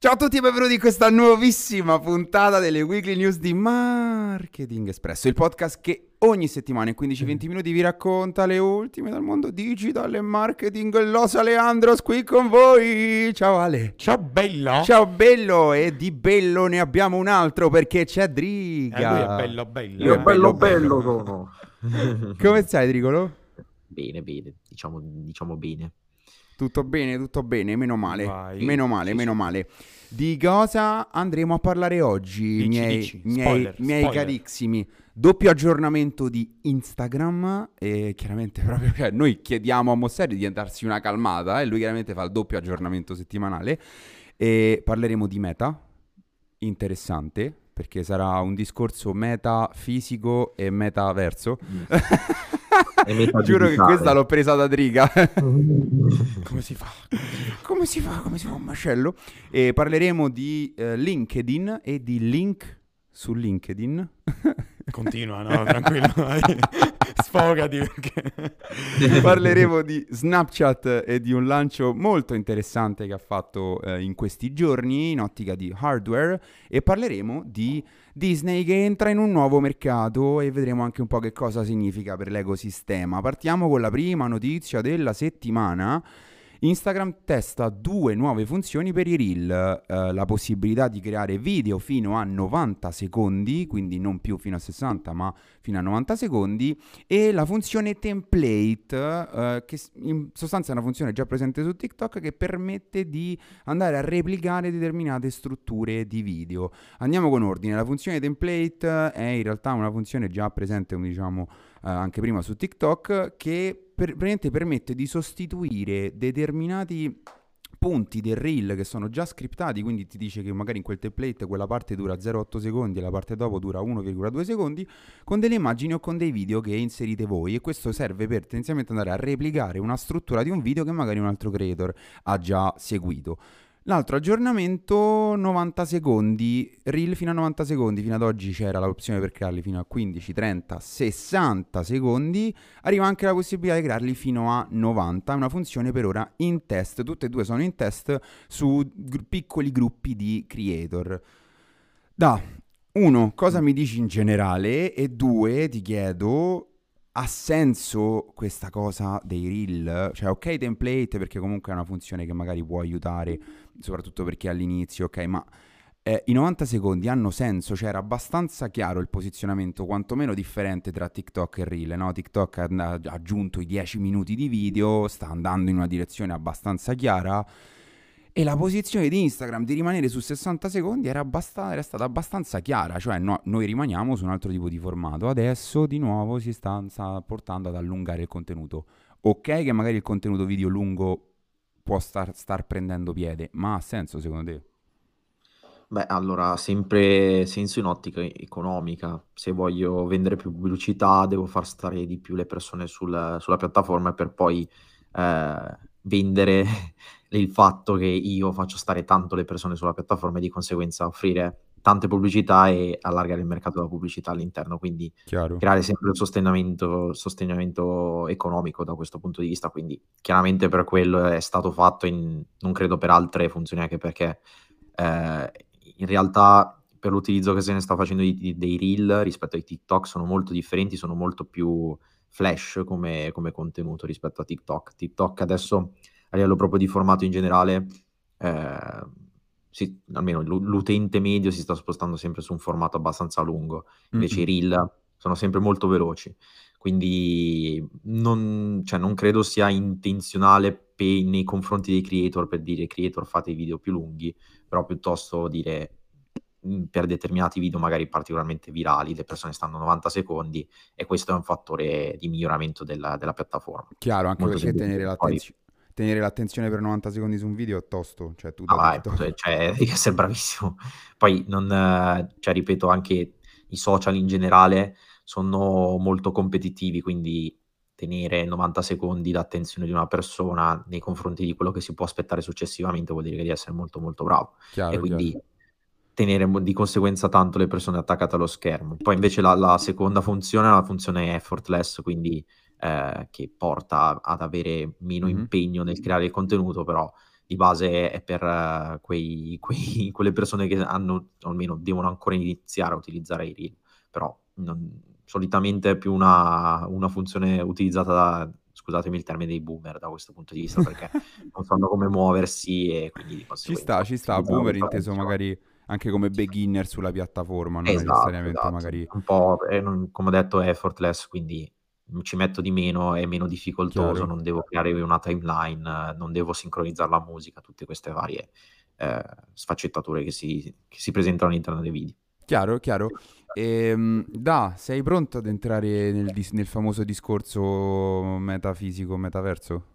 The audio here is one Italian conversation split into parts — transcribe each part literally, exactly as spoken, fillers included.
Ciao a tutti e benvenuti in questa nuovissima puntata delle Weekly News di Marketing Espresso, il podcast che ogni settimana in quindici venti minuti vi racconta le ultime dal mondo digital e marketing. Los Aleandros qui con voi. Ciao Ale. Ciao bello. Ciao bello, e di bello ne abbiamo un altro perché c'è Driga. Eh, lui è bello bello. Io Lui è bello bello, bello sono. Come stai, Drigolo? Bene, bene, diciamo, diciamo bene. Tutto bene, tutto bene, meno male, Vai. meno male, Sì, meno sì. male. Di cosa andremo a parlare oggi, Dici, miei, dici. miei, Spoiler, miei spoiler. carissimi? Doppio aggiornamento di Instagram e chiaramente proprio cioè, noi chiediamo a Mosseri di darsi una calmata e lui chiaramente fa il doppio aggiornamento settimanale e parleremo di Meta, interessante, perché sarà un discorso metafisico e metaverso. E meta Giuro che digitale. questa l'ho presa da Driga. Come si fa? Come si fa? Come si fa un macello? E parleremo di eh, LinkedIn e di link su LinkedIn. Continua, no? Tranquillo. vai. Sfogati perché... Parleremo di Snapchat e di un lancio molto interessante che ha fatto eh, in questi giorni in ottica di hardware e parleremo di Disney che entra in un nuovo mercato e vedremo anche un po' che cosa significa per l'ecosistema. Partiamo con la prima notizia della settimana. Instagram testa due nuove funzioni per i Reel, eh, la possibilità di creare video fino a novanta secondi, quindi non più fino a sessanta ma fino a novanta secondi, e la funzione template, eh, che in sostanza è una funzione già presente su TikTok che permette di andare a replicare determinate strutture di video. Andiamo con ordine, la funzione template è in realtà una funzione già presente, come diciamo, eh, anche prima su TikTok, che per, praticamente permette di sostituire determinati punti del reel che sono già scriptati, quindi ti dice che magari in quel template quella parte dura zero virgola otto secondi e la parte dopo dura uno virgola due secondi, con delle immagini o con dei video che inserite voi, e questo serve per tendenzialmente andare a replicare una struttura di un video che magari un altro creator ha già seguito. L'altro aggiornamento, novanta secondi, reel fino a novanta secondi, fino ad oggi c'era l'opzione per crearli fino a quindici, trenta, sessanta secondi, arriva anche la possibilità di crearli fino a novanta, è una funzione per ora in test, tutte e due sono in test su gr- piccoli gruppi di creator. Da, uno, cosa mi dici in generale? E due, ti chiedo... Ha senso questa cosa dei reel? Cioè, ok, template, perché comunque è una funzione che magari può aiutare, soprattutto perché all'inizio, ok, ma eh, i novanta secondi hanno senso? Cioè, era abbastanza chiaro il posizionamento, quantomeno differente tra TikTok e reel, no? TikTok ha ha aggiunto i dieci minuti di video, sta andando in una direzione abbastanza chiara, e la posizione di Instagram di rimanere su sessanta secondi era, abbast- era stata abbastanza chiara, cioè no, noi rimaniamo su un altro tipo di formato, adesso di nuovo si sta, sta portando ad allungare il contenuto. Ok che magari il contenuto video lungo può star, star prendendo piede, ma ha senso secondo te? Beh, allora, sempre senso in ottica economica. Se voglio vendere più pubblicità, devo far stare di più le persone sul- sulla piattaforma per poi eh, vendere il fatto che io faccio stare tanto le persone sulla piattaforma e di conseguenza offrire tante pubblicità e allargare il mercato della pubblicità all'interno. Quindi Chiaro? creare sempre il sostentamento, sostentamento economico da questo punto di vista. Quindi chiaramente per quello è stato fatto, in- non credo per altre funzioni, anche perché eh, in realtà per l'utilizzo che se ne sta facendo di- di- dei reel rispetto ai TikTok sono molto differenti, sono molto più flash come, come contenuto rispetto a TikTok. TikTok adesso a livello proprio di formato in generale, eh, si- almeno l'u- l'utente medio si sta spostando sempre su un formato abbastanza lungo, invece i Mm-mm. reel sono sempre molto veloci, quindi non, cioè, non credo sia intenzionale pe- nei confronti dei creator per dire creator fate i video più lunghi, però piuttosto dire mh, per determinati video magari particolarmente virali le persone stanno novanta secondi e questo è un fattore di miglioramento della, della piattaforma. Chiaro, anche Molto perché tenere, semplice. Poi, l'attenzio- tenere l'attenzione per novanta secondi su un video è tosto, cioè tu ah, da vai, TikTok. cioè, devi essere bravissimo. Poi non, eh, cioè, ripeto, anche i social in generale sono molto competitivi, quindi tenere novanta secondi d'attenzione di una persona nei confronti di quello che si può aspettare successivamente vuol dire che devi essere molto molto bravo. E Chiaro, chiaro. quindi tenere mo- di conseguenza tanto le persone attaccate allo schermo. Poi invece la, la seconda funzione è la funzione effortless, quindi eh, che porta ad avere meno Mhm. impegno nel creare il contenuto, però di base è per uh, quei, quei, quelle persone che hanno, o almeno devono ancora iniziare a utilizzare i reel, però non, solitamente è più una, una funzione utilizzata da, scusatemi il termine, dei boomer da questo punto di vista, perché non sanno come muoversi e quindi di Ci sta, conseguenza ci sta, utilizzano boomer questa inteso funzione. magari anche come beginner sulla piattaforma, non Esatto, necessariamente esatto. magari Un po', eh, non- come ho detto, è effortless, quindi ci metto di meno, è meno difficoltoso, chiaro. non devo creare una timeline, eh, non devo sincronizzare la musica, tutte queste varie eh, sfaccettature che si, che si presentano all'interno dei video. Chiaro, chiaro. Ehm, Da, sei pronto ad entrare nel, dis- nel famoso discorso metafisico, metaverso?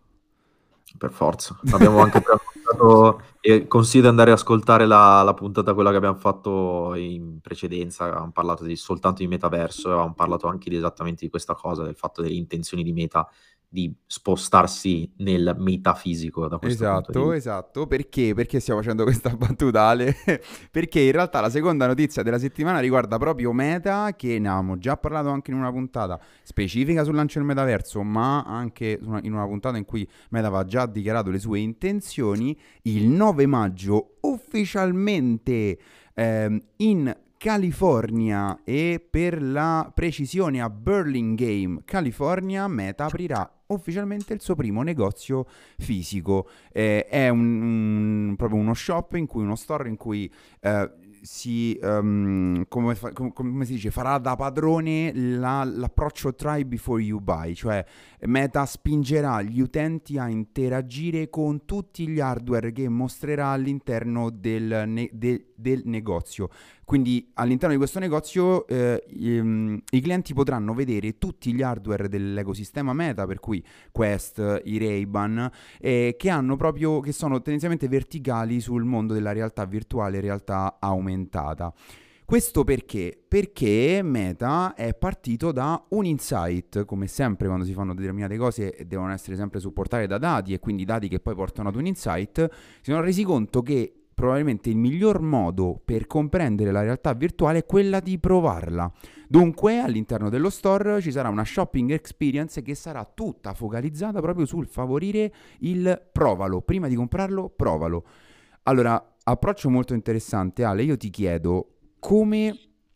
Per forza. Abbiamo anche già ascoltato e consiglio di andare ad ascoltare la, la puntata, quella che abbiamo fatto in precedenza. Abbiamo parlato di, soltanto di metaverso, avevamo parlato anche di, esattamente di questa cosa, del fatto delle intenzioni di Meta di spostarsi nel metafisico da questo punto di Esatto, vista. esatto. Perché? Perché stiamo facendo questa battuta, Ale? Perché in realtà la seconda notizia della settimana riguarda proprio Meta, che ne avevamo già parlato anche in una puntata specifica sul lancio del metaverso, ma anche su una- in una puntata in cui Meta aveva già dichiarato le sue intenzioni. Il nove maggio ufficialmente ehm, in California, e per la precisione a Burlingame, California, Meta aprirà ufficialmente il suo primo negozio fisico. Eh, è un, un- proprio uno shop in cui, uno store in cui eh, si, ehm, come, fa- com- come si dice, farà da padrone la- l'approccio try before you buy, cioè Meta spingerà gli utenti a interagire con tutti gli hardware che mostrerà all'interno del, ne- de- del negozio. Quindi all'interno di questo negozio eh, i, mm, i clienti potranno vedere tutti gli hardware dell'ecosistema Meta, per cui Quest, i Ray-Ban, eh, che hanno proprio, che sono tendenzialmente verticali sul mondo della realtà virtuale e realtà aumentata. Questo perché? Perché Meta è partito da un insight, come sempre quando si fanno determinate cose devono essere sempre supportate da dati, e quindi dati che poi portano ad un insight. Si sono resi conto che probabilmente il miglior modo per comprendere la realtà virtuale è quella di provarla. Dunque, all'interno dello store ci sarà una shopping experience che sarà tutta focalizzata proprio sul favorire il provalo. Prima di comprarlo, provalo. Allora, approccio molto interessante, Ale. Io ti chiedo come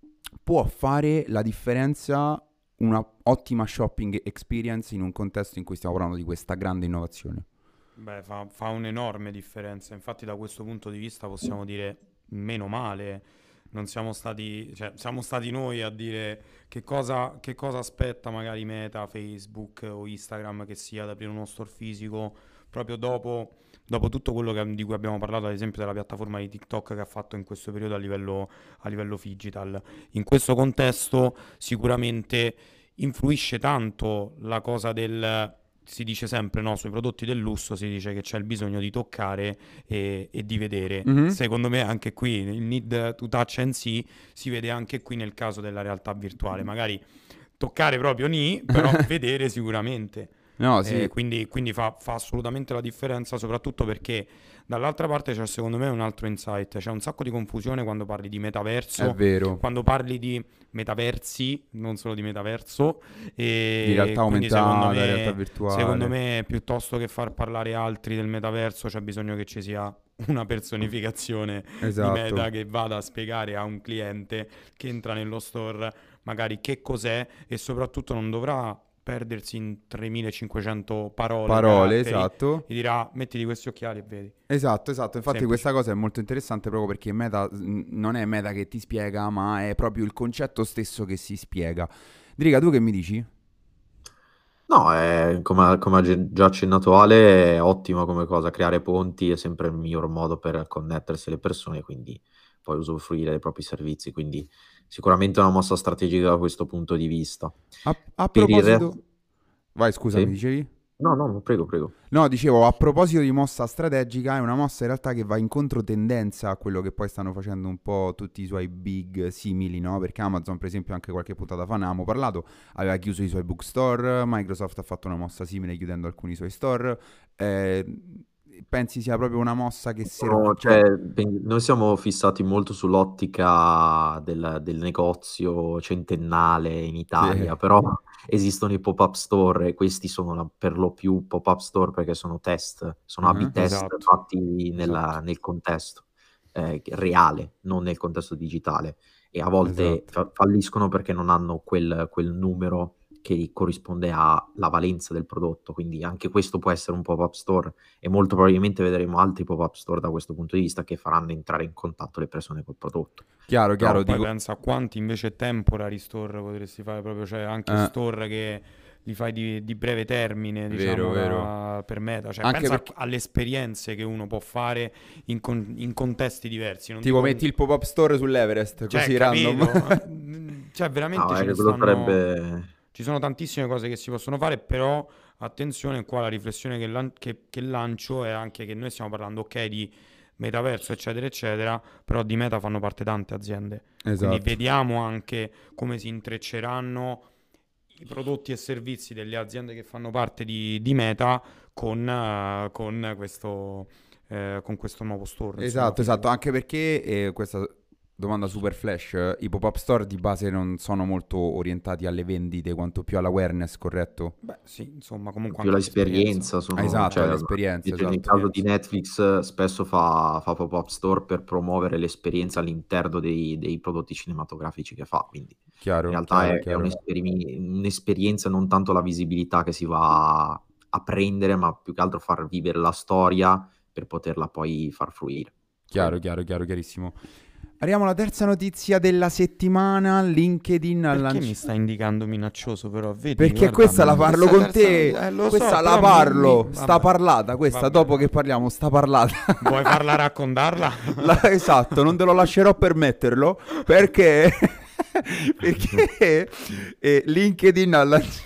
può fare la differenza una ottima shopping experience in un contesto in cui stiamo parlando di questa grande innovazione? Beh, fa, fa un'enorme differenza. Infatti, da questo punto di vista possiamo dire meno male. Non siamo stati, cioè, siamo stati noi a dire che cosa, che cosa aspetta magari Meta, Facebook o Instagram che sia ad aprire uno store fisico proprio dopo, dopo tutto quello che- di cui abbiamo parlato, ad esempio della piattaforma di TikTok che ha fatto in questo periodo a livello, a livello digital. In questo contesto sicuramente influisce tanto la cosa del... Si dice sempre, no, sui prodotti del lusso si dice che c'è il bisogno di toccare e, e di vedere. Mhm. Secondo me anche qui il need to touch and see si vede anche qui nel caso della realtà virtuale. Magari toccare proprio nì, però vedere sicuramente. No, Eh, sì, quindi quindi fa, fa assolutamente la differenza, soprattutto perché dall'altra parte c'è secondo me un altro insight. C'è un sacco di confusione quando parli di è metaverso, vero. quando parli di metaversi, non solo di metaverso. Di E realtà quindi secondo aumentata, realtà me, secondo virtuale. me, piuttosto che far parlare altri del metaverso, c'è bisogno che ci sia una personificazione di Esatto. Meta che vada a spiegare a un cliente che entra nello store magari che cos'è, e soprattutto non dovrà perdersi in tremilacinquecento parole, Parole, caratteri, esatto. e dirà mettiti questi occhiali e vedi. Esatto, esatto. Infatti Semplice. questa cosa è molto interessante proprio perché Meta mm, non è Meta che ti spiega, ma è proprio il concetto stesso che si spiega. Driga, tu che mi dici? No, è, come, come ha ge- già accennato Ale, è ottima come cosa, creare ponti è sempre il miglior modo per connettersi alle persone, quindi poi usufruire dei propri servizi, quindi sicuramente è una mossa strategica da questo punto di vista. A, a Per il resto, proposito... Vai, scusa, mi sì? dicevi? No, no, prego, prego. No, dicevo, a proposito di mossa strategica, è una mossa in realtà che va in controtendenza a quello che poi stanno facendo un po' tutti i suoi big simili, no? Perché Amazon, per esempio, anche qualche puntata fa ne avevamo parlato, aveva chiuso i suoi bookstore, Microsoft ha fatto una mossa simile chiudendo alcuni suoi store. Eh, pensi sia proprio una mossa che No, serve? Cioè, cioè, pen- noi siamo fissati molto sull'ottica del, del negozio centennale in sì, Italia, però esistono i pop-up store e questi sono la- per lo più pop-up store perché sono test, sono A B uh-huh, test Esatto, fatti nella- esatto. nel contesto eh, reale, non nel contesto digitale. E a volte esatto. fa- falliscono perché non hanno quel, quel numero che corrisponde alla valenza del prodotto, quindi anche questo può essere un pop-up store e molto probabilmente vedremo altri pop-up store da questo punto di vista che faranno entrare in contatto le persone col prodotto. Chiaro, Però chiaro, poi dico... pensa a quanti invece temporary store potresti fare proprio, cioè anche eh, store che li fai di, di breve termine, vero, diciamo, vero. da- per meta. Cioè, Anche pensa a- perché, alle esperienze che uno può fare in, con- in contesti diversi. Non tipo, dico, metti il pop-up store sull'Everest, cioè, così random. capito? Mm, Cioè, veramente No, ce eh, ne quello stanno. sarebbe... Ci sono tantissime cose che si possono fare, però attenzione qua la riflessione che, lan- che- che lancio è anche che noi stiamo parlando, ok, di metaverso, eccetera, eccetera, però di meta fanno parte tante aziende. Quindi Esatto. vediamo anche come si intrecceranno i prodotti e servizi delle aziende che fanno parte di, di Meta con, eh, con questo, eh, con questo nuovo store, insomma, Esatto, esatto, fisico. anche perché eh, questa domanda super flash, eh, i pop-up store di base non sono molto orientati alle vendite quanto più all'awareness, corretto? Beh, sì, insomma, comunque più anche l'esperienza. l'esperienza, Ah, sono, esatto, cioè, all'esperienza, invece nel esatto. caso di Esperienza. Netflix eh, spesso fa, fa pop-up store per promuovere l'esperienza all'interno dei, dei prodotti cinematografici che fa, quindi in Chiaro, realtà chiaro, è, è un chiaro. esperimi- un'esperienza, non tanto la visibilità che si va a, a prendere, ma più che altro far vivere la storia per poterla poi far fruire. Chiaro, Quello. chiaro, chiaro, chiarissimo. Arriviamo alla terza notizia della settimana, LinkedIn ha Perché mi lanciato... stai indicando minaccioso, però? Vedi, Perché guarda, questa la parlo questa con terza te, notizia, eh, lo so, questa la però mi, mi- parlo, sta vabbè, parlata, va questa bene, dopo va che bene. parliamo, sta parlata. Vuoi farla raccontarla? La- esatto, non te lo lascerò permetterlo perché, perché eh, LinkedIn ha lanciato...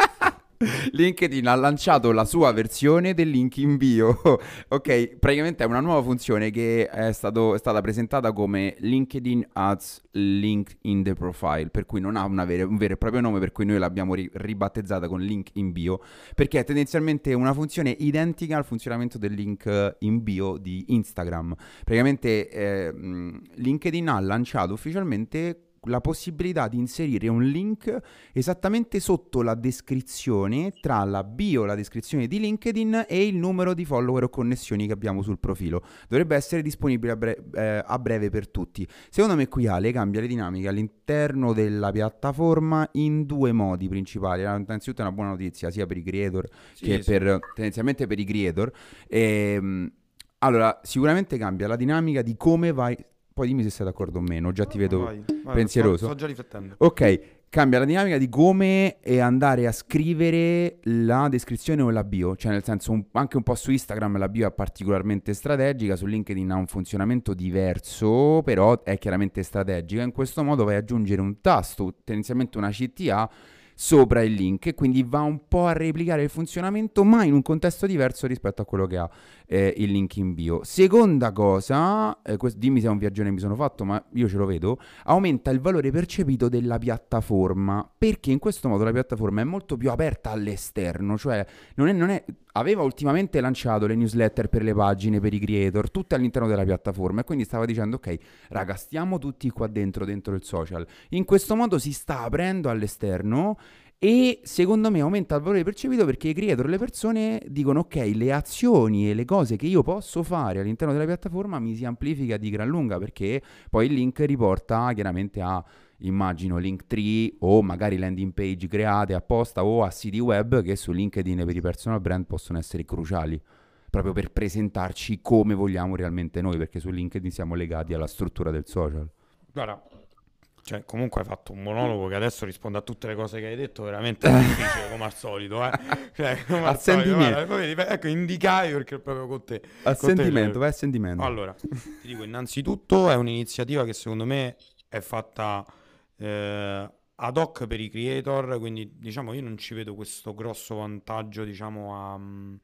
LinkedIn ha lanciato la sua versione del link in bio. Ok, praticamente è una nuova funzione che è, stato- è stata presentata come LinkedIn Ads Link in the Profile, per cui non ha una vera- un vero e proprio nome, per cui noi l'abbiamo ri- ribattezzata con link in bio, perché è tendenzialmente una funzione identica al funzionamento del link eh, in bio di Instagram. Praticamente eh, mh, LinkedIn ha lanciato ufficialmente la possibilità di inserire un link esattamente sotto la descrizione, tra la bio, la descrizione di LinkedIn e il numero di follower o connessioni che abbiamo sul profilo. Dovrebbe essere disponibile a, bre- eh, a breve per tutti. Secondo me qui Ale cambia le dinamiche all'interno della piattaforma in due modi principali. Innanzitutto è una buona notizia sia per i creator che Sì, sì. per, tendenzialmente per i creator. Ehm, allora, sicuramente cambia la dinamica di come vai... Poi dimmi se sei d'accordo o meno, già ti No, vedo vai, vai, sto, pensieroso. sto già riflettendo. Ok, cambia la dinamica di come eh, andare a scrivere la descrizione o la bio, cioè nel senso un- anche un po' su Instagram la bio è particolarmente strategica, su LinkedIn ha un funzionamento diverso, però è chiaramente strategica. In questo modo vai ad aggiungere un tasto, tendenzialmente una C T A, sopra il link e quindi va un po' a replicare il funzionamento ma in un contesto diverso rispetto a quello che ha eh, il link in bio. Seconda cosa, eh, quest- dimmi se è un viaggione che mi sono fatto, ma io ce lo vedo, aumenta il valore percepito della piattaforma, perché in questo modo la piattaforma è molto più aperta all'esterno, cioè non è, non è, aveva ultimamente lanciato le newsletter per le pagine, per i creator, tutte all'interno della piattaforma e quindi stava dicendo ok, raga, stiamo tutti qua dentro, dentro il social. In questo modo si sta aprendo all'esterno e secondo me aumenta il valore percepito perché i creator, le persone dicono ok, le azioni e le cose che io posso fare all'interno della piattaforma mi si amplifica di gran lunga perché poi il link riporta chiaramente a, immagino, Linktree o magari landing page create apposta o a siti web che su LinkedIn per i personal brand possono essere cruciali proprio per presentarci come vogliamo realmente noi, perché su LinkedIn siamo legati alla struttura del social. Guarda, cioè, comunque hai fatto un monologo che adesso risponde a tutte le cose che hai detto, veramente difficile, come al solito, eh. Cioè, come A al solito, sentimento. guarda, poi vedi, ecco, indicai perché è proprio con te. A Con te sentimento, c'è- vai a sentimento. Allora, ti dico, innanzitutto è un'iniziativa che secondo me è fatta eh, ad hoc per i creator, quindi diciamo io non ci vedo questo grosso vantaggio, diciamo, a... mm,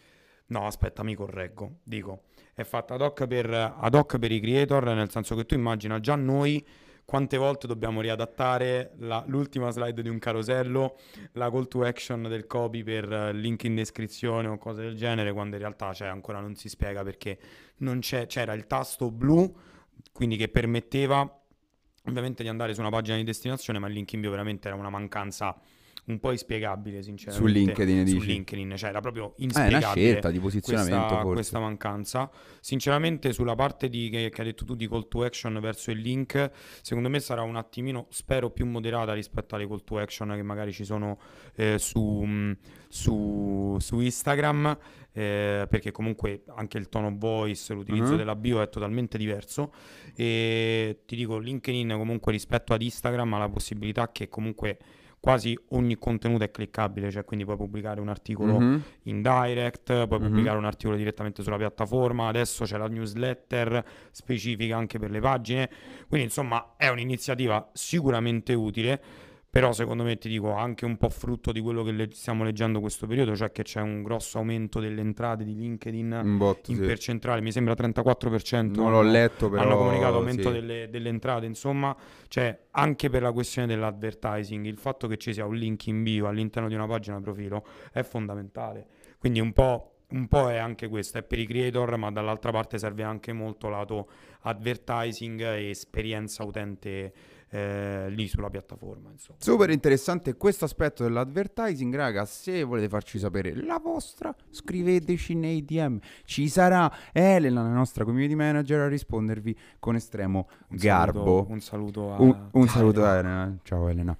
No, aspetta, mi correggo. Dico, è fatta ad hoc per, ad hoc per i creator, nel senso che tu immagina già noi quante volte dobbiamo riadattare la, l'ultima slide di un carosello, la call to action del copy per uh, link in descrizione o cose del genere, quando in realtà cioè, ancora non si spiega perché non c'è, c'era il tasto blu, quindi che permetteva ovviamente di andare su una pagina di destinazione, ma il link in bio veramente era una mancanza un po' inspiegabile, sinceramente. Su LinkedIn, su dici? LinkedIn, cioè era proprio Eh, è una inspiegabile scelta di posizionamento, questa, forse. questa mancanza. Sinceramente, sulla parte di, che, che hai detto tu di call to action verso il link, secondo me sarà un attimino, spero, più moderata rispetto alle call to action che magari ci sono eh, su, mh, su, su Instagram, eh, perché comunque anche il tone of voice, l'utilizzo Mhm. della bio è totalmente diverso. E ti dico, LinkedIn comunque rispetto ad Instagram ha la possibilità che comunque quasi ogni contenuto è cliccabile, cioè quindi puoi pubblicare un articolo Mhm. in direct, puoi Mhm. pubblicare un articolo direttamente sulla piattaforma, adesso c'è la newsletter specifica anche per le pagine, quindi insomma è un'iniziativa sicuramente utile, però secondo me ti dico anche un po' frutto di quello che le- stiamo leggendo questo periodo, cioè che c'è un grosso aumento delle entrate di LinkedIn Un botto, in sì. percentuale, mi sembra trentaquattro per cento Non l'ho hanno, letto, però hanno comunicato aumento sì. delle, delle entrate, insomma, cioè anche per la questione dell'advertising, il fatto che ci sia un link in bio all'interno di una pagina profilo è fondamentale, quindi un po', un po' è anche questo, è per i creator, ma dall'altra parte serve anche molto lato advertising e esperienza utente eh, lì sulla piattaforma, insomma. Super interessante questo aspetto dell'advertising, raga. Se volete farci sapere la vostra, scriveteci nei D M. Ci sarà Elena, la nostra community manager, a rispondervi con estremo Un garbo. saluto, un saluto a... Un, un Ciao, saluto a Elena. Elena. Ciao Elena.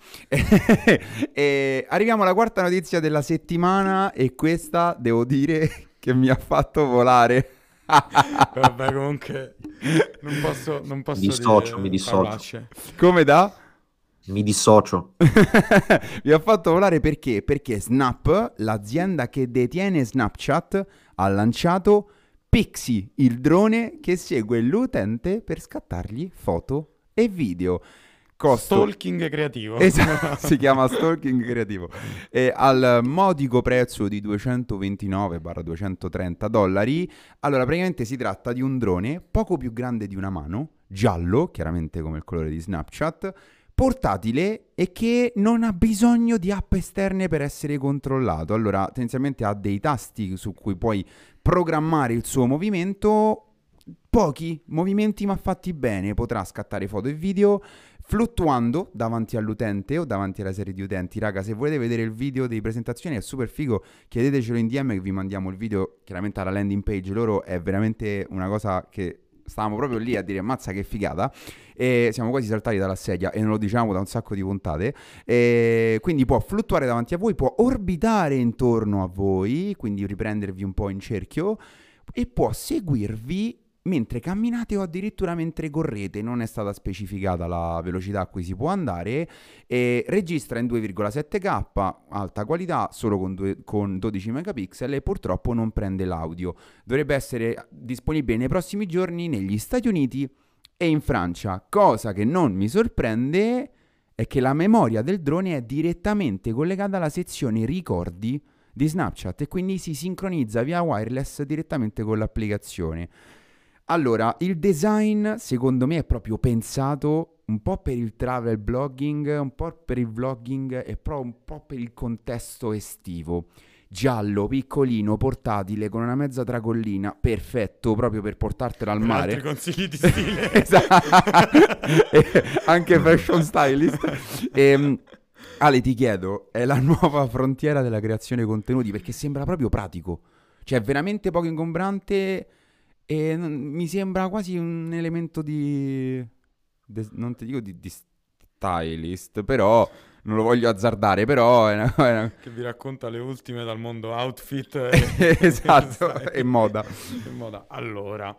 E arriviamo alla quarta notizia della settimana e questa devo dire che mi ha fatto volare. Vabbè, comunque non posso, non posso dissocio, dire mi dissocio. parolacce. Come da? Mi dissocio. Mi ha fatto volare perché? Perché Snap, l'azienda che detiene Snapchat, ha lanciato Pixie, il drone che segue l'utente per scattargli foto e video. Costo... Stalking creativo. Esatto, si chiama stalking creativo. E al modico prezzo di duecentoventinove duecentotrenta dollari. Allora, praticamente si tratta di un drone poco più grande di una mano, giallo, chiaramente come il colore di Snapchat, portatile e che non ha bisogno di app esterne per essere controllato. Allora, tendenzialmente ha dei tasti su cui puoi programmare il suo movimento. Pochi movimenti ma fatti bene, potrà scattare foto e video fluttuando davanti all'utente o davanti alla serie di utenti. Raga, se volete vedere il video di presentazione è super figo, chiedetecelo in D M che vi mandiamo il video chiaramente alla landing page. Loro è veramente una cosa che stavamo proprio lì a dire mazza che figata, e siamo quasi saltati dalla sedia e non lo diciamo da un sacco di puntate. E quindi può fluttuare davanti a voi, può orbitare intorno a voi, quindi riprendervi un po' in cerchio, e può seguirvi mentre camminate o addirittura mentre correte. Non è stata specificata la velocità a cui si può andare, e registra in due virgola sette K, alta qualità, solo con, due, con dodici megapixel, e purtroppo non prende l'audio. Dovrebbe essere disponibile nei prossimi giorni negli Stati Uniti e in Francia. Cosa che non mi sorprende è che la memoria del drone è direttamente collegata alla sezione ricordi di Snapchat e quindi si sincronizza via wireless direttamente con l'applicazione. Allora, il design secondo me è proprio pensato un po' per il travel blogging, un po' per il vlogging e proprio un po' per il contesto estivo. Giallo, piccolino, portatile, con una mezza tracollina, perfetto proprio per portartelo al Per mare. altri consigli di stile. Esatto. E anche fashion stylist. E, Ale, ti chiedo, è la nuova frontiera della creazione contenuti perché sembra proprio pratico. Cioè, veramente poco ingombrante. E non- mi sembra quasi un elemento di... de- non ti dico di, di stylist, però non lo voglio azzardare, però è una... è una- Che vi racconta le ultime dal mondo outfit e, esatto, e moda. e moda. Allora,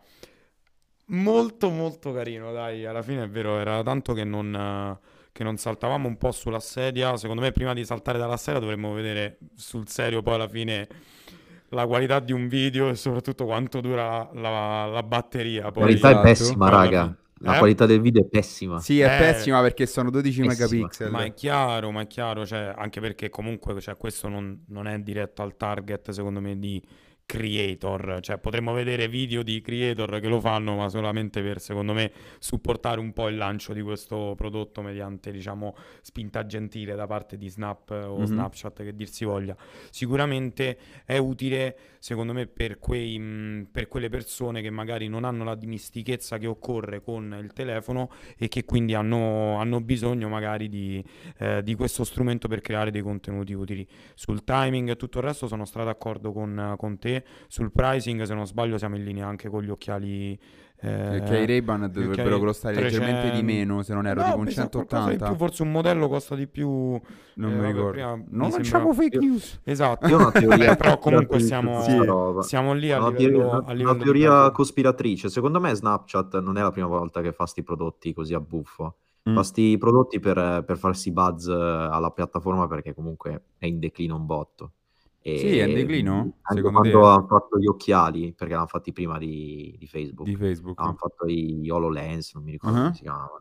molto molto carino, dai, alla fine è vero, era tanto che non, eh, che non saltavamo un po' sulla sedia. Secondo me prima di saltare dalla sedia dovremmo vedere sul serio poi alla fine la qualità di un video e soprattutto quanto dura la, la batteria. La Poi, qualità Esatto. è pessima, poi alla raga. fine. La Eh? qualità del video è pessima. Sì, è Eh, pessima perché sono dodici pessima. megapixel. Ma è chiaro, ma è chiaro, cioè, anche perché comunque cioè, questo non, non è diretto al target, secondo me, di creator, cioè potremmo vedere video di creator che lo fanno, ma solamente per, secondo me, supportare un po' il lancio di questo prodotto mediante, diciamo, spinta gentile da parte di Snap o Mhm. Snapchat, che dir si voglia. Sicuramente è utile, secondo me, per quei, mh, per quelle persone che magari non hanno la dimistichezza che occorre con il telefono e che quindi hanno, hanno bisogno magari di, eh, di questo strumento per creare dei contenuti utili. Sul timing e tutto il resto sono stato d'accordo con, con te. Sul pricing, se non sbaglio, siamo in linea anche con gli occhiali. Che, che i Eh, Ray-Ban gli dovrebbero occhiali costare leggermente di trecento. meno, se non erro, No, tipo un mi sa qualcosa di più. centottanta. Forse un modello costa di più. Non Eh, mi vabbè, ricordo. prima Non mi sembra. lanciamo fake Io, news. Esatto. io ho una teoria Vabbè, però comunque cospiratrice su questa siamo, Sì. roba. siamo lì a Una, teoria, livello, una- a una livello di teoria budget. cospiratrice. Secondo me Snapchat non è la prima volta che fa sti prodotti così a buffo. Mm. Fa sti prodotti per, per farsi buzz eh, alla piattaforma perché comunque è in declino un botto. Sì, è in E declino, anche secondo quando te? hanno fatto gli occhiali, perché l'hanno fatti prima di, di Di Facebook, Facebook. hanno fatto i HoloLens, non mi ricordo come Ah. si chiamavano.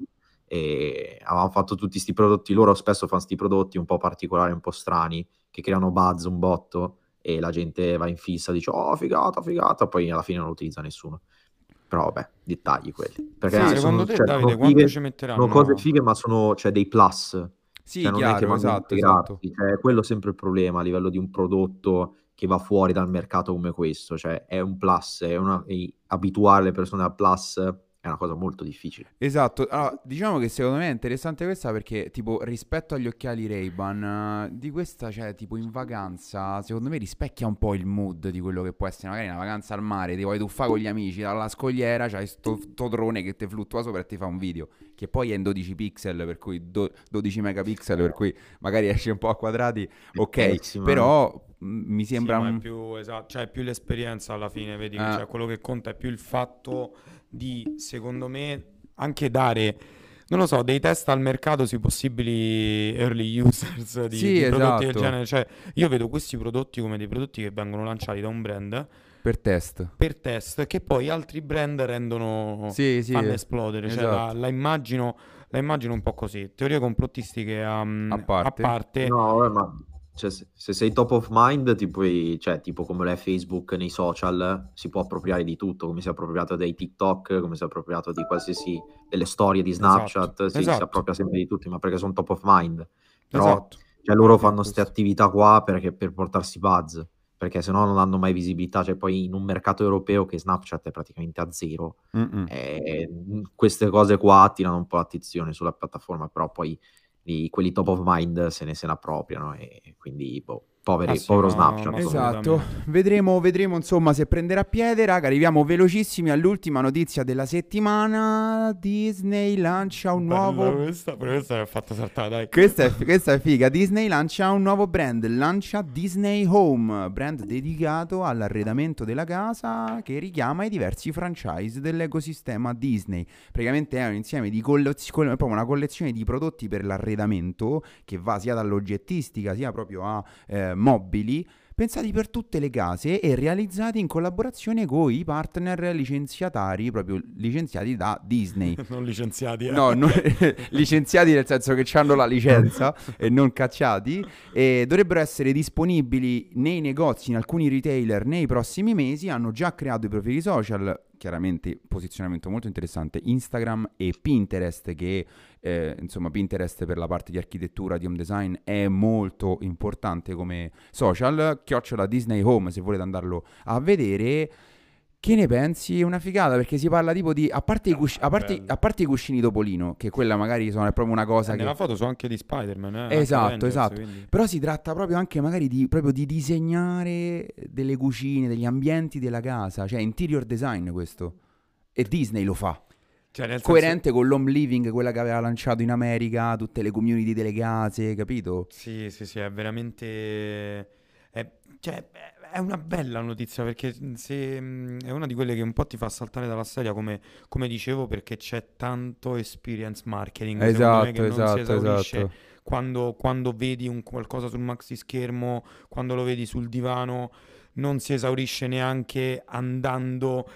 E avevano fatto tutti questi prodotti, loro spesso fanno questi prodotti un po' particolari, un po' strani, che creano buzz un botto e la gente va in fissa, dice oh figata, figata, poi alla fine non lo utilizza nessuno. Però vabbè, dettagli quelli. Perché Sì, sono, Secondo te, cioè, Davide, sono quanto fighe, ci sono cose metteranno? fighe, ma sono cioè, dei plus. Sì, Cioè non è che chiaro, vanno a esatto, esatto. integrarsi, cioè, quello è sempre il problema a livello di un prodotto che va fuori dal mercato come questo, cioè è un plus, è una, e abituare le persone al plus è una cosa molto difficile. Esatto, allora diciamo che secondo me è interessante questa perché tipo rispetto agli occhiali Ray-Ban eh, di questa cioè tipo in vacanza secondo me rispecchia un po' il mood di quello che può essere magari una vacanza al mare, ti vuoi tuffare con gli amici dalla scogliera, c'hai sto, sto drone che ti fluttua sopra e ti fa un video che poi è in dodici pixel per cui do- dodici megapixel per cui magari esce un po' a quadrati, È ok, pessima. però mh, mi Sì, sembra ma è un... più, esatto, cioè è più l'esperienza alla fine, vedi, eh, cioè quello che conta è più il fatto di, secondo me, anche dare, non lo so, dei test al mercato sui possibili early users di, sì, di prodotti del esatto, genere. Cioè, io vedo questi prodotti come dei prodotti che vengono lanciati da un brand per test. per test che poi altri brand rendono, Sì, sì, fanno esplodere. Cioè, la, esatto, la immagino, la immagino un po' così. Teorie complottistiche um, a a parte. parte. No, vabbè, ma cioè, se, se sei top of mind, ti puoi, cioè, tipo come lo è Facebook nei social, si può appropriare di tutto, come si è appropriato dei TikTok, come si è appropriato di qualsiasi, delle storie di Esatto, Snapchat, sì, si esatto, appropria sempre di tutti, ma perché sono top of mind. Però, esatto. cioè, Alla loro fine è fanno queste questo. attività qua perché, per portarsi buzz, perché sennò non hanno mai visibilità, cioè poi in un mercato europeo che Snapchat è praticamente a zero, Mm-mm. eh, queste cose qua attirano un po' l'attenzione sulla piattaforma, però poi i- quelli top of mind se ne se ne appropriano e quindi boh, Ah poveri, sì, povero ma, Snapchat. ma Esatto, assolutamente. vedremo, vedremo insomma se prenderà piede, raga, arriviamo velocissimi all'ultima notizia della settimana, Disney lancia un Bella nuovo... questa, però questa mi ha fatto saltare, dai. Questa è, questa è figa, Disney lancia un nuovo brand, lancia Disney Home, brand dedicato all'arredamento della casa che richiama i diversi franchise dell'ecosistema Disney. Praticamente è un insieme di collezioni, proprio una collezione di prodotti per l'arredamento che va sia dall'oggettistica sia proprio a eh, mobili, pensati per tutte le case e realizzati in collaborazione con i partner licenziatari, proprio licenziati da Disney. Non licenziati, eh. No, non- licenziati nel senso che hanno la licenza e non cacciati, e dovrebbero essere disponibili nei negozi, in alcuni retailer nei prossimi mesi. Hanno già creato i profili social, chiaramente posizionamento molto interessante, Instagram e Pinterest, che eh, insomma Pinterest per la parte di architettura, di home design è molto importante come social, chiocciola Disney Home se volete andarlo a vedere. Che ne pensi? È una figata perché si parla tipo di... A parte, i, No, cusci- è a parte, bello. a parte i cuscini Topolino, che quella magari sono, è proprio una Eh, cosa nella che... foto so anche di Spider-Man, eh, anche Esatto, Avengers, esatto. quindi. Però si tratta proprio anche magari di, proprio di disegnare delle cucine, degli ambienti della casa, cioè interior design questo. E Disney lo fa. Cioè, nel senso, Coerente con l'home living, quella che aveva lanciato in America, tutte le community delle case, capito? sì, sì, sì, è veramente... È, cioè, è è una bella notizia perché se, mh, è una di quelle che un po' ti fa saltare dalla sedia, come, come dicevo, perché c'è tanto experience marketing, secondo me, che Esatto, non si esatto, esaurisce esatto. quando, quando vedi un qualcosa sul maxi schermo, quando lo vedi sul divano. Non si esaurisce neanche andando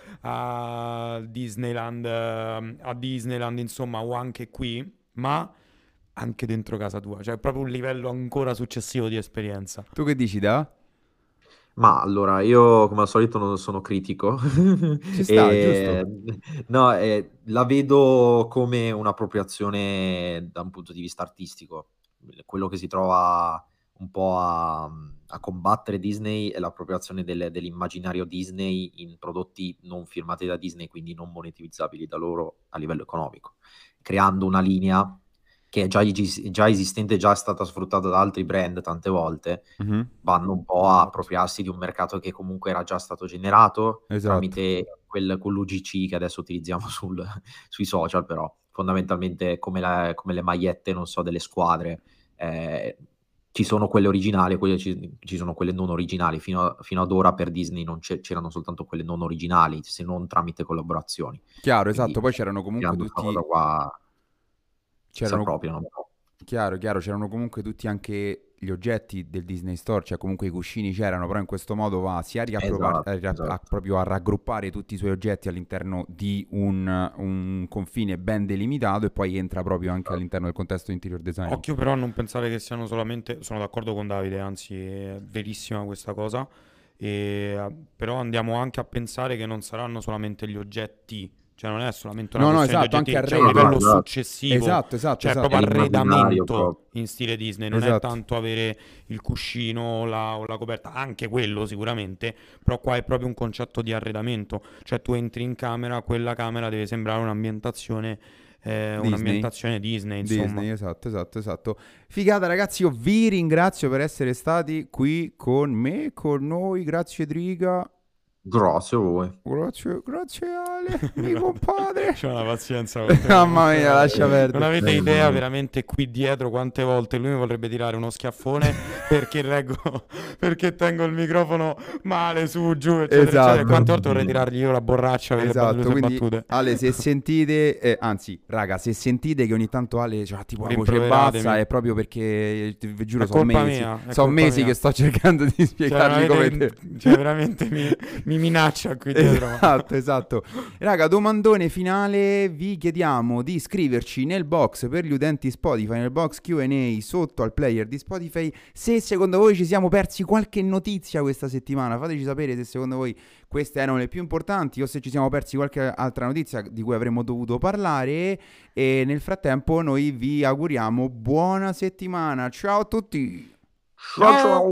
a Disneyland, eh, a Disneyland, insomma, o anche qui, ma anche dentro casa tua. Cioè, è proprio un livello ancora successivo di esperienza. Tu che dici, Da? Ma allora, io come al solito non sono critico, Ci sta, giusto? e, no, eh, la vedo come un'appropriazione da un punto di vista artistico. Quello che si trova un po' a, a combattere Disney è l'appropriazione del- dell'immaginario Disney in prodotti non firmati da Disney, quindi non monetizzabili da loro a livello economico, creando una linea che è già, egi- già esistente, già è stata sfruttata da altri brand tante volte. Mhm. Vanno un po' a Esatto. appropriarsi di un mercato che comunque era già stato generato Esatto. tramite quel, quell'U G C che adesso utilizziamo sul- sui social, però fondamentalmente come, la- come le magliette, non so, delle squadre. eh, Ci sono quelle originali, quelle- ci, ci sono quelle non originali. Fino, a- fino ad ora per Disney non c'è- c'erano soltanto quelle non originali, se non tramite collaborazioni. Chiaro, Quindi esatto. Poi c'erano comunque tirando questa cosa tutti, qua si c'erano, appropriano un po'. chiaro, chiaro, c'erano comunque tutti anche gli oggetti del Disney Store, cioè comunque i cuscini c'erano, però in questo modo va sia a, riappropar- a Esatto, ria- a esatto. proprio a raggruppare tutti i suoi oggetti all'interno di un, un confine ben delimitato e poi entra proprio anche Esatto. all'interno del contesto di interior design. Occhio però a non pensare che siano solamente, sono d'accordo con Davide, anzi è verissima questa cosa, e, eh, però andiamo anche a pensare che non saranno solamente gli oggetti, cioè non è solamente una No, no, questione di esatto, anche oggetti, c'è un No, no, arredo. livello esatto. successivo, Esatto, esatto, cioè esatto. proprio È l'immaginario arredamento proprio. in stile Disney, non è Esatto. tanto avere il cuscino o la, o la coperta, anche quello sicuramente, però qua è proprio un concetto di arredamento, cioè tu entri in camera, quella camera deve sembrare un'ambientazione, eh, Disney. un'ambientazione Disney, insomma. Disney, esatto, esatto, esatto. Figata ragazzi, io vi ringrazio per essere stati qui con me, con noi, grazie Driga, Grazie a voi. grazie, grazie Ale, mio compadre. C'ho una pazienza con te, Mamma veramente, mia, lascia non perdere. avete Eh, idea no. veramente qui dietro quante volte lui mi vorrebbe tirare uno schiaffone perché reggo, perché tengo il microfono male su, giù, eccetera, eccetera. E Esatto. quante volte vorrei tirargli io la borraccia per le, ba- le Esatto, sue quindi battute. Ale, se sentite, eh, anzi, raga, se sentite che ogni tanto Ale ha tipo la voce Rimproveratemi. bassa, è proprio perché, eh, vi giuro, È sono colpa mesi, mia, è sono colpa mesi mia. che sto cercando di Cioè, spiegargli non come avete- te. cioè, veramente mi, mi minaccia qui dietro. ma- Esatto, esatto. Raga, domandone finale, vi chiediamo di iscriverci nel box per gli utenti Spotify, nel box Q and A sotto al player di Spotify, se secondo voi ci siamo persi qualche notizia questa settimana. Fateci sapere se secondo voi queste erano le più importanti o se ci siamo persi qualche altra notizia di cui avremmo dovuto parlare. E nel frattempo noi vi auguriamo buona settimana. Ciao a tutti! Ciao ciao.